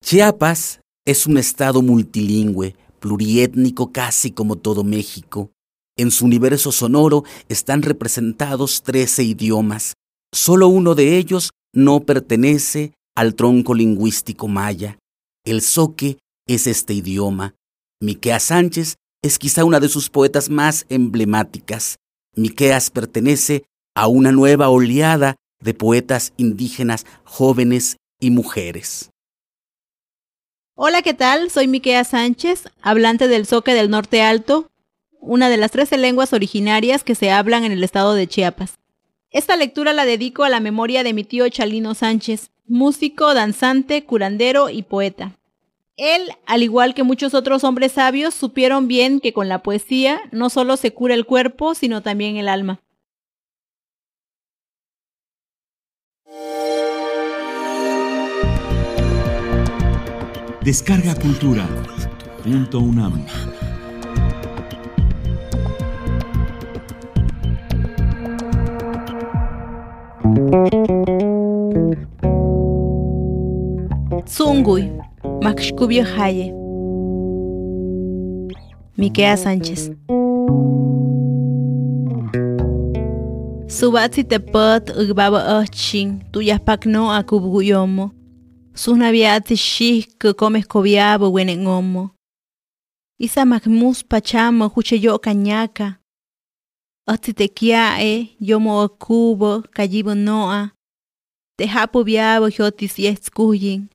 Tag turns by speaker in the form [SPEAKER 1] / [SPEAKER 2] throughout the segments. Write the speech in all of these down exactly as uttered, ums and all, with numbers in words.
[SPEAKER 1] Chiapas es un estado multilingüe, pluriétnico casi como todo México. En su universo sonoro están representados trece idiomas. Solo uno de ellos no pertenece al tronco lingüístico maya. El zoque es este idioma. Miqueas Sánchez es quizá una de sus poetas más emblemáticas. Miqueas pertenece a una nueva oleada de poetas indígenas jóvenes y mujeres.
[SPEAKER 2] Hola, ¿qué tal? Soy Miqueas Sánchez, hablante del zoque del Norte Alto, una de las trece lenguas originarias que se hablan en el estado de Chiapas. Esta lectura la dedico a la memoria de mi tío Chalino Sánchez, músico, danzante, curandero y poeta. Él, al igual que muchos otros hombres sabios, supieron bien que con la poesía no solo se cura el cuerpo, sino también el alma.
[SPEAKER 3] Descarga Cultura punto unam.
[SPEAKER 2] Sunguy, Maxcubio Haye. Miqueas Sánchez. Subatsi tepot ugbaba achin, tuyas pacno a kubguyomo. Sus naviati shih que comes cobiabo en homo. Isa magmus pachamo huche yo cañaca. Asti te kiae, yomo o cubo, callibo noa. Te hapo biabo jotis yes kuyin.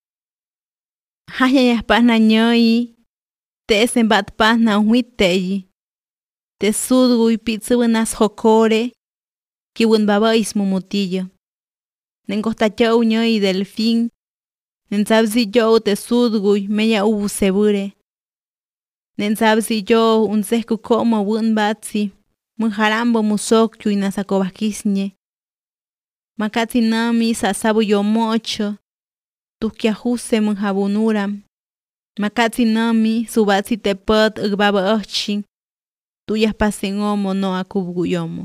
[SPEAKER 2] Haya yas pasna ñoi. Te esen bat pasna huiteyi. Te sudgu y pizzuenas jokore. Kiwun baba ismumutillo. Nengosta chau ñoi delfín. Nensabsi yo te sudguy meya ubu sebure. Nensabsi yo un sesku como bun batsi. Mujarambo musokyu y nasakobakisñe. Makatsi nami sasabu yo mocho. Tuskia juse mujabunuram. Makatsi nami subatsi te pot ugbaba ochin. Tuyas pasen omo no akubguyomo.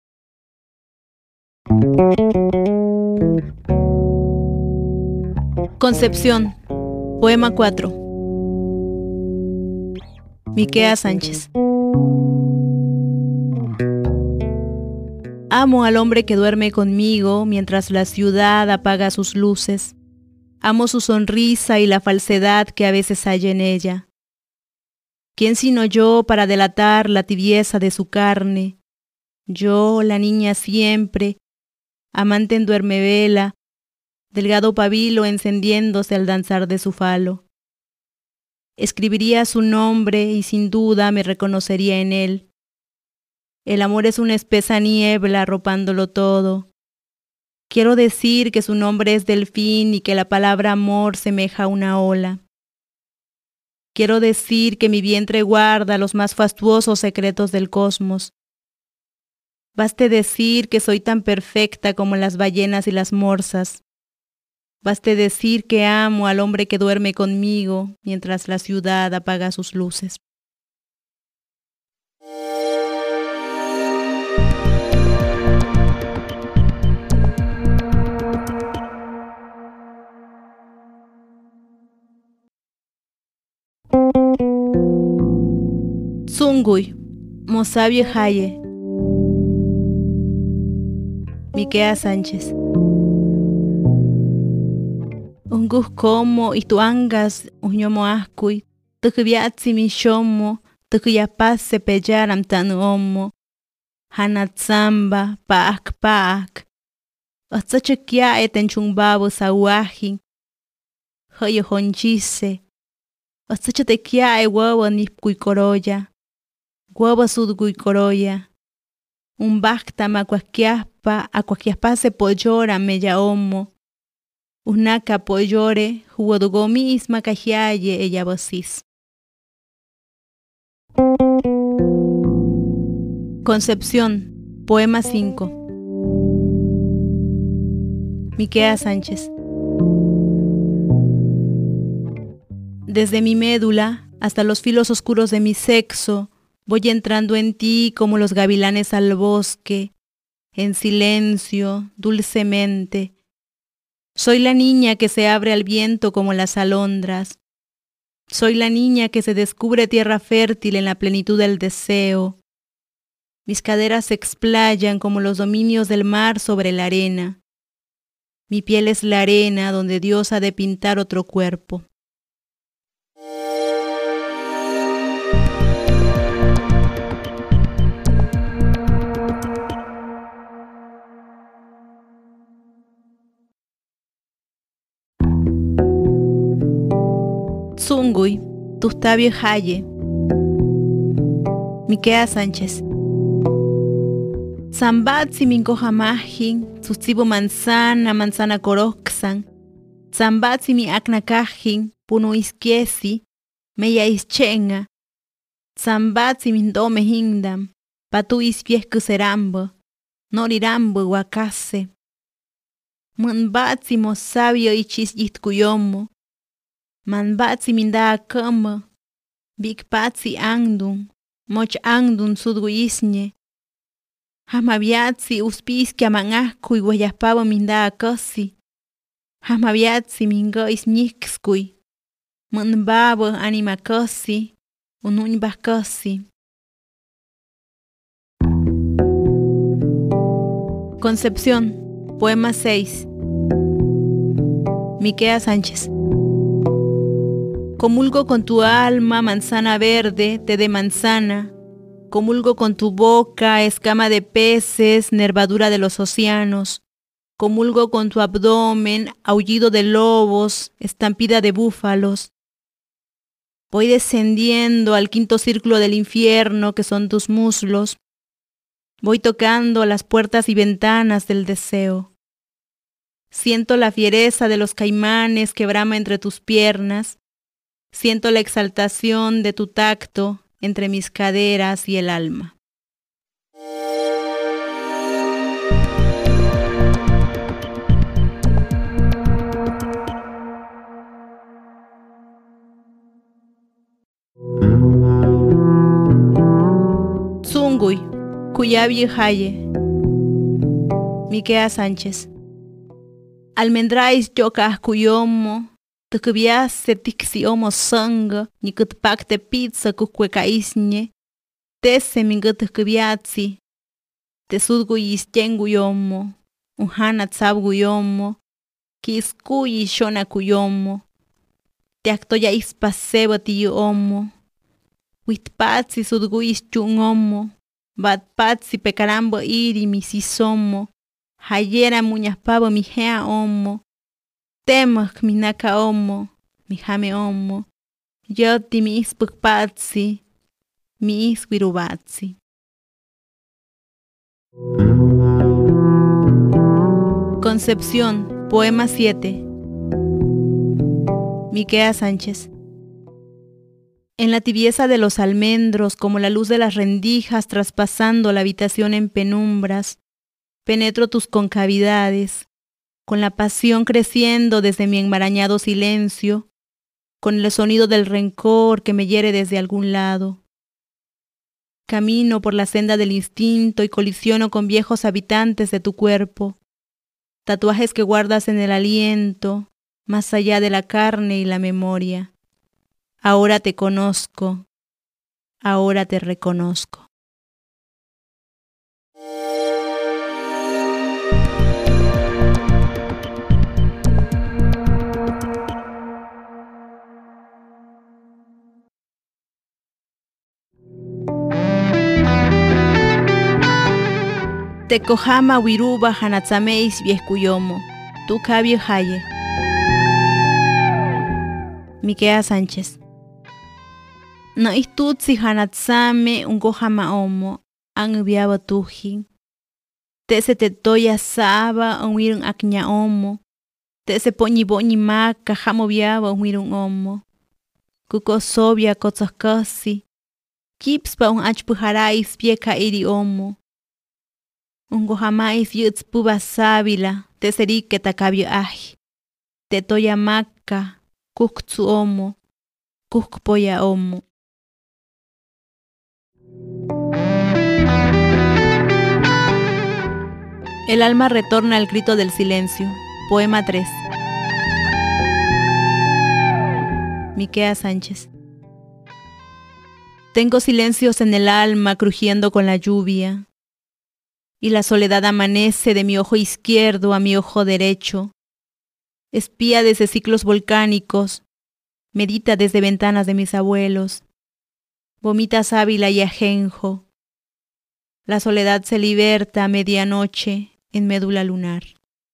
[SPEAKER 2] Concepción. Poema cuatro. Miqueas Sánchez. Amo al hombre que duerme conmigo mientras la ciudad apaga sus luces. Amo su sonrisa y la falsedad que a veces hay en ella. ¿Quién sino yo para delatar la tibieza de su carne? Yo, la niña siempre, amante en duermevela, delgado pabilo encendiéndose al danzar de su falo. Escribiría su nombre y sin duda me reconocería en él. El amor es una espesa niebla arropándolo todo. Quiero decir que su nombre es delfín y que la palabra amor semeja a una ola. Quiero decir que mi vientre guarda los más fastuosos secretos del cosmos. Baste decir que soy tan perfecta como las ballenas y las morsas. Baste decir que amo al hombre que duerme conmigo mientras la ciudad apaga sus luces. Sunguy, Mosabio Haye. Miqueas Sánchez. Ungus como y tu angas uñomo ascuy, tukubiatsi mi shomo, tukuyapase peyaram tanu omo, hanatzamba, paak paak. Otsachukia etenchumbabo sawahin, hoyo honchise. Otsachutekia e huevo nipkuy coroya, huevo sudguy coroya. Un bacta macuasquiaspa, acuasquiaspase pollora meya omo. Unaka pollore, huodugomis macajiaye ella vocis. Concepción. Poema cinco. Miqueas Sánchez. Desde mi médula hasta los filos oscuros de mi sexo, voy entrando en ti como los gavilanes al bosque, en silencio, dulcemente. Soy la niña que se abre al viento como las alondras. Soy la niña que se descubre tierra fértil en la plenitud del deseo. Mis caderas se explayan como los dominios del mar sobre la arena. Mi piel es la arena donde Dios ha de pintar otro cuerpo. Tsunguy, Tustavio Haye. Miquea Sánchez. Zambatsi minkojamajin, tsutsibo manzana, manzana coroxan. Zambatsi mi aknakajin, puno iskiesi, meya ischenga. Zambatsi mindome hindam, patu ispies kuserambo, norirambo wakase. Munbatsi mo sabio ichis yitkuyomo. Manbatsi minda kama, bigpatsi angdun, moch angdun sudguisne. Hamabiatsi uspizkia manaskuy guayaspavo minda kasi. Hamabiatsi mingo ismixkuy. Munbabo anima kasi, unuñbas kasi. Concepción, poema seis. Miquea Sánchez. Comulgo con tu alma, manzana verde, té de manzana. Comulgo con tu boca, escama de peces, nervadura de los océanos. Comulgo con tu abdomen, aullido de lobos, estampida de búfalos. Voy descendiendo al quinto círculo del infierno que son tus muslos. Voy tocando las puertas y ventanas del deseo. Siento la fiereza de los caimanes que brama entre tus piernas. Siento la exaltación de tu tacto entre mis caderas y el alma. Tsunguy, Cuyabi Haye. Miquea Sánchez. Almendrais yoka cuyomo. Tukubias septixi omo sanga, ni kutpak te pizza kukweka isne, tese mingut tukubiatsi, te sudgu yistengu yomo, unhana tsabgu yomo, kiskuyi shona kuyomo, te actoya ispaseba ti omo, witpatsi sudgu ischun omo, batpatsi pekarambo iri misisomo, hayera muñaspabo mi hea omo, Temak mi naka omo, mi jame omo, yoti mi ispukpatsi, mi iswirubatsi. Concepción, poema siete. Miquea Sánchez. En la tibieza de los almendros, como la luz de las rendijas traspasando la habitación en penumbras, penetro tus concavidades, con la pasión creciendo desde mi enmarañado silencio, con el sonido del rencor que me hiere desde algún lado. Camino por la senda del instinto y colisiono con viejos habitantes de tu cuerpo, tatuajes que guardas en el aliento, más allá de la carne y la memoria. Ahora te conozco, ahora te reconozco. Tekohama wiruba hanatsameis viescuyomo, tu cabio haye. Miquea Sánchez. No istutsi hanatsame ungohama omo, angubiaba tuji. Tese te toya saba unwirun akña omo. Tese poñi boñi maka hamobiaba unwirun omo. Kuko sobia kotsoskasi. Kipspa un achpuharais pieka iri omo. Ungo jamais yuts puba sábila, te serike takabio aji. Te toya maka, kuktsu omo, kukpoya omo. El alma retorna al grito del silencio. Poema tres. Miquea Sánchez. Tengo silencios en el alma crujiendo con la lluvia, y la soledad amanece de mi ojo izquierdo a mi ojo derecho. Espía desde ciclos volcánicos, medita desde ventanas de mis abuelos, vomita sábila y ajenjo. La soledad se liberta a medianoche en médula lunar.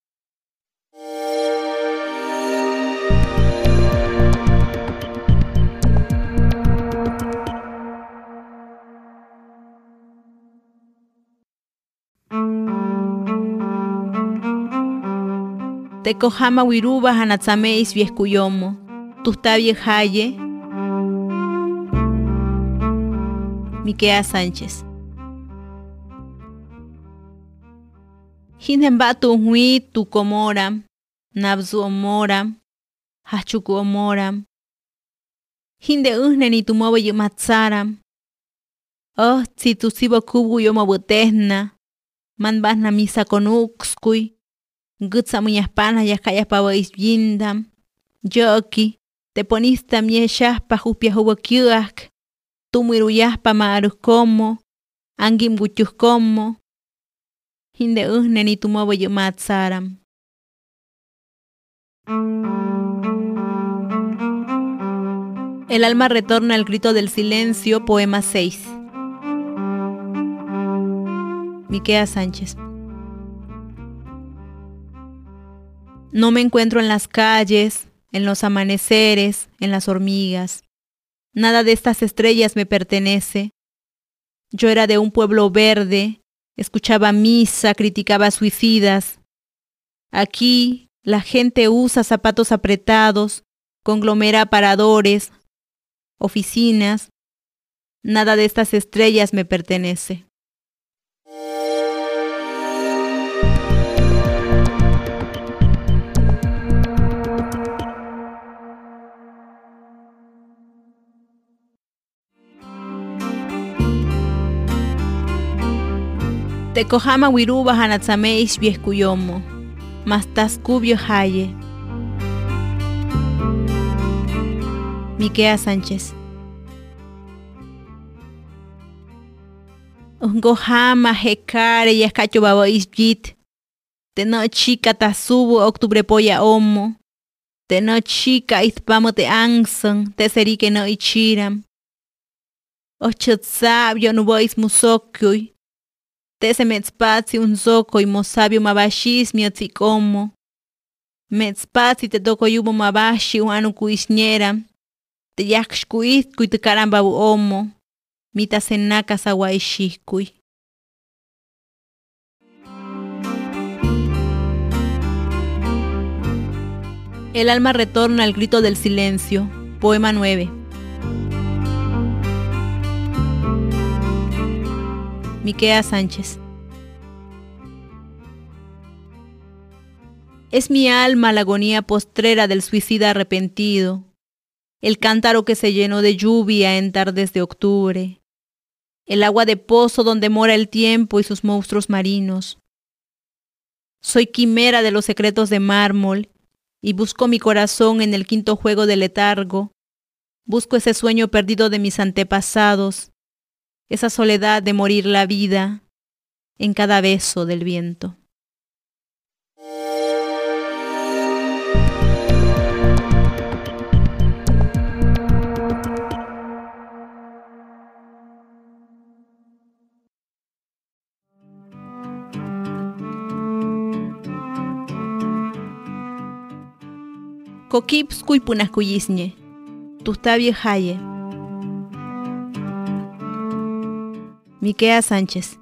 [SPEAKER 2] Tekohama wiruba hanatsameis viescuyomo, tustavi haye. Miquea Sánchez. Hinembatu hui tu comoram, nabzu omoram, hachuku omoram. Hinde uhne ni tu mobo yumatsaram. Oh, si tu sibo kubu yomo butesna, man basna misa con uxkui. Gutsa muñas panas ya callas pa yindam. Yoki, te ponista mieshas pa jupia hubo kyuak. Tu muiruyas pa maarus como. Angim guchus como. Hinde uhne ni tu mobo yumatsaram. El alma retorna al grito del silencio, poema seis. Miquea Sánchez. No me encuentro en las calles, en los amaneceres, en las hormigas. Nada de estas estrellas me pertenece. Yo era de un pueblo verde, escuchaba misa, criticaba suicidas. Aquí la gente usa zapatos apretados, conglomera aparadores, oficinas. Nada de estas estrellas me pertenece. Tekohama wiruba hanatsameis viescuyomo, mastas cubio haye. Miquea Sánchez. Ungohama hekare y escacho babois jit. Teno chica tasubo octubre polla omo. Teno chica ispamo te angson, te serike no ichiram. Ochotsabio nubois musokyui. Tese metspatsi un zoco y mosabio mabashis miotzikomo. Metspatsi te toko yubo mabashi uanu kuisñera. Te yakshkuit kui te karambabu omo. Mita senaka sawaishikui. El alma retorna al grito del silencio, poema nueve. Miquea Sánchez. Es mi alma la agonía postrera del suicida arrepentido, el cántaro que se llenó de lluvia en tardes de octubre, el agua de pozo donde mora el tiempo y sus monstruos marinos. Soy quimera de los secretos de mármol y busco mi corazón en el quinto juego del letargo. Busco ese sueño perdido de mis antepasados, esa soledad de morir la vida en cada beso del viento. Kokipskuy punascuyisñe, tustavie haye. Miquea Sánchez.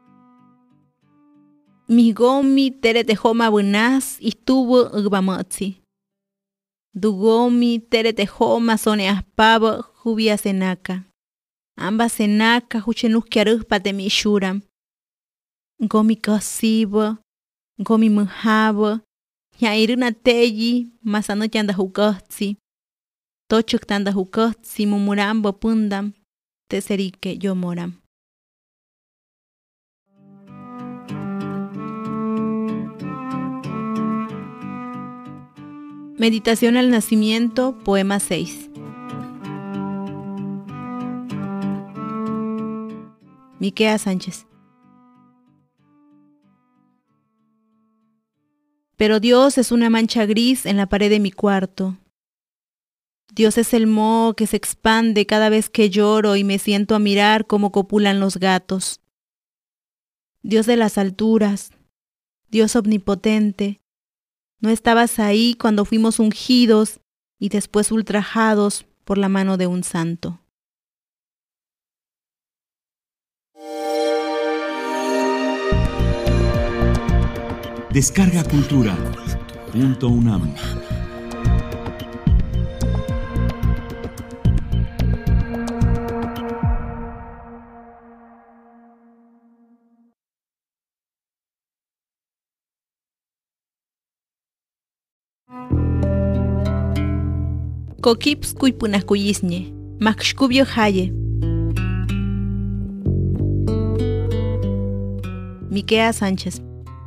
[SPEAKER 2] Migomi teretejoma bunas istuvo ugbamatzi. Dugomi teretejoma sone aspaba jubia senaka. Ambas senaka huchenusquiarug patemishuram. Gomi kasiba, gomi mujaba. Yairuna teyi, masano chanda hukotzi. Tochuk tanda hukotzi mumurambo pundam. Teserike yo moram. Meditación al nacimiento, poema seis. Miquea Sánchez. Pero Dios es una mancha gris en la pared de mi cuarto. Dios es el moho que se expande cada vez que lloro y me siento a mirar cómo copulan los gatos. Dios de las alturas, Dios omnipotente, no estabas ahí cuando fuimos ungidos y después ultrajados por la mano de un santo.
[SPEAKER 3] Descarga Cultura. Punto UNAM.
[SPEAKER 2] Kokips kuypunakuyisñe, makshkubyo haye. Miquea Sánchez.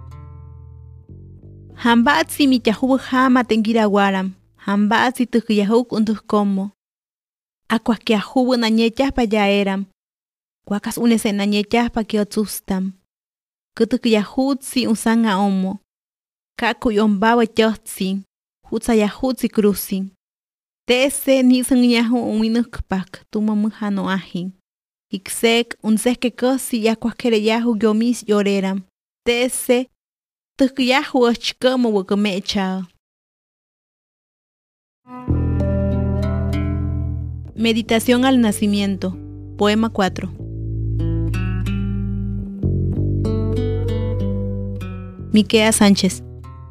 [SPEAKER 2] Hambatsi michahubu hama tengira waram, hambatsi tukiyahuk untuk como. Aquasquiahubu nañechaspa ya eram, guacas unese nañechaspa kiotsustam. Kutukiyahutsi usanga omo, kakuy ombawa chotsin, hutsayahutsi crusin. Tese nisanyahu uminukpak tumamujano ajin. Iksek unseske kosi yakwaskereyahu yomis lloreram. Tese tukyahu achkamo wakamechao. Meditación al nacimiento. Poema cuatro. Miquea Sánchez.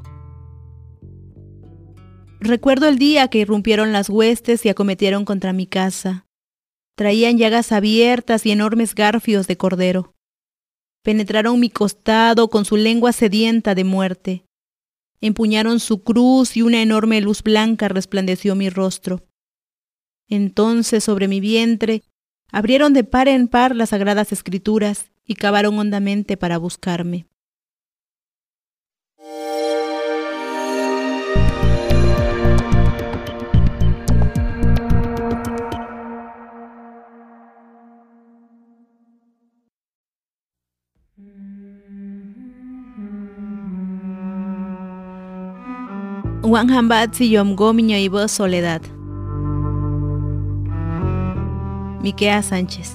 [SPEAKER 2] Recuerdo el día que irrumpieron las huestes y acometieron contra mi casa. Traían llagas abiertas y enormes garfios de cordero. Penetraron mi costado con su lengua sedienta de muerte. Empuñaron su cruz y una enorme luz blanca resplandeció mi rostro. Entonces sobre mi vientre abrieron de par en par las sagradas escrituras y cavaron hondamente para buscarme. Juan Hambatsi yomgo miñoibo soledad. Miquea Sánchez.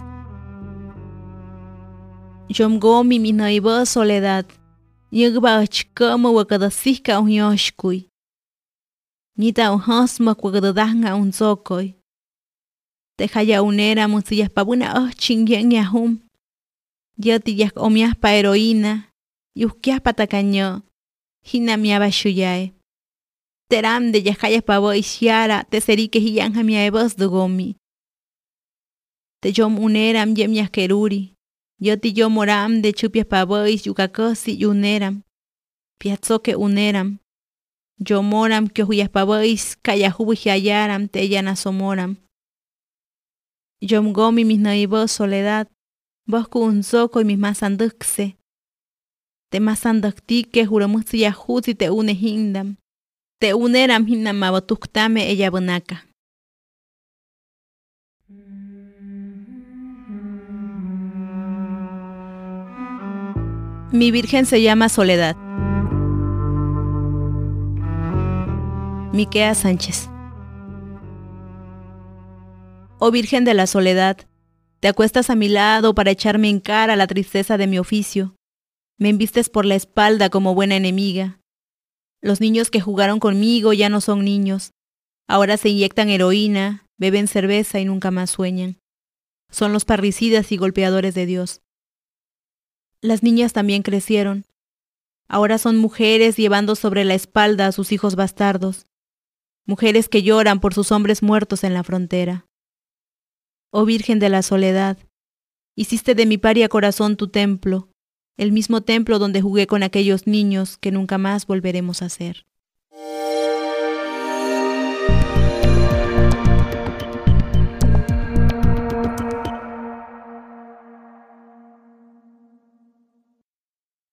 [SPEAKER 2] Yomgo mi miñoibo soledad. Yugba ochkomo wakadasika un yoshkui. Nita un hosmo wakadadanga un zokoi. Tejaya unera musillas pabuna oh chingyen yahum. Yotillas omias pa heroína. Yusquias patacaño. Hina miaba shuyae. Teram de yajayas pavo ishiara, te serike hiyanja mi aebos dugomi. Te yom uneram yem yaskeruri. Yo ti yo moram de chupias pavois yukakosi yuneram. Piazzoke uneram. Yo moram que huyas pavois kayahubu hiayaram te yanasomoram. Yom gomi mis naibos soledad. Bosco un zoco y mis masandukse. Te masanduktique juramusi yahuzi te une hindam. Te uneram hinna mabatuktame ella bonaka. Mi virgen se llama Soledad. Miquea Sánchez. Oh Virgen de la Soledad, te acuestas a mi lado para echarme en cara la tristeza de mi oficio. Me embistes por la espalda como buena enemiga. Los niños que jugaron conmigo ya no son niños. Ahora se inyectan heroína, beben cerveza y nunca más sueñan. Son los parricidas y golpeadores de Dios. Las niñas también crecieron. Ahora son mujeres llevando sobre la espalda a sus hijos bastardos. Mujeres que lloran por sus hombres muertos en la frontera. Oh Virgen de la Soledad, hiciste de mi paria corazón tu templo, el mismo templo donde jugué con aquellos niños que nunca más volveremos a ser.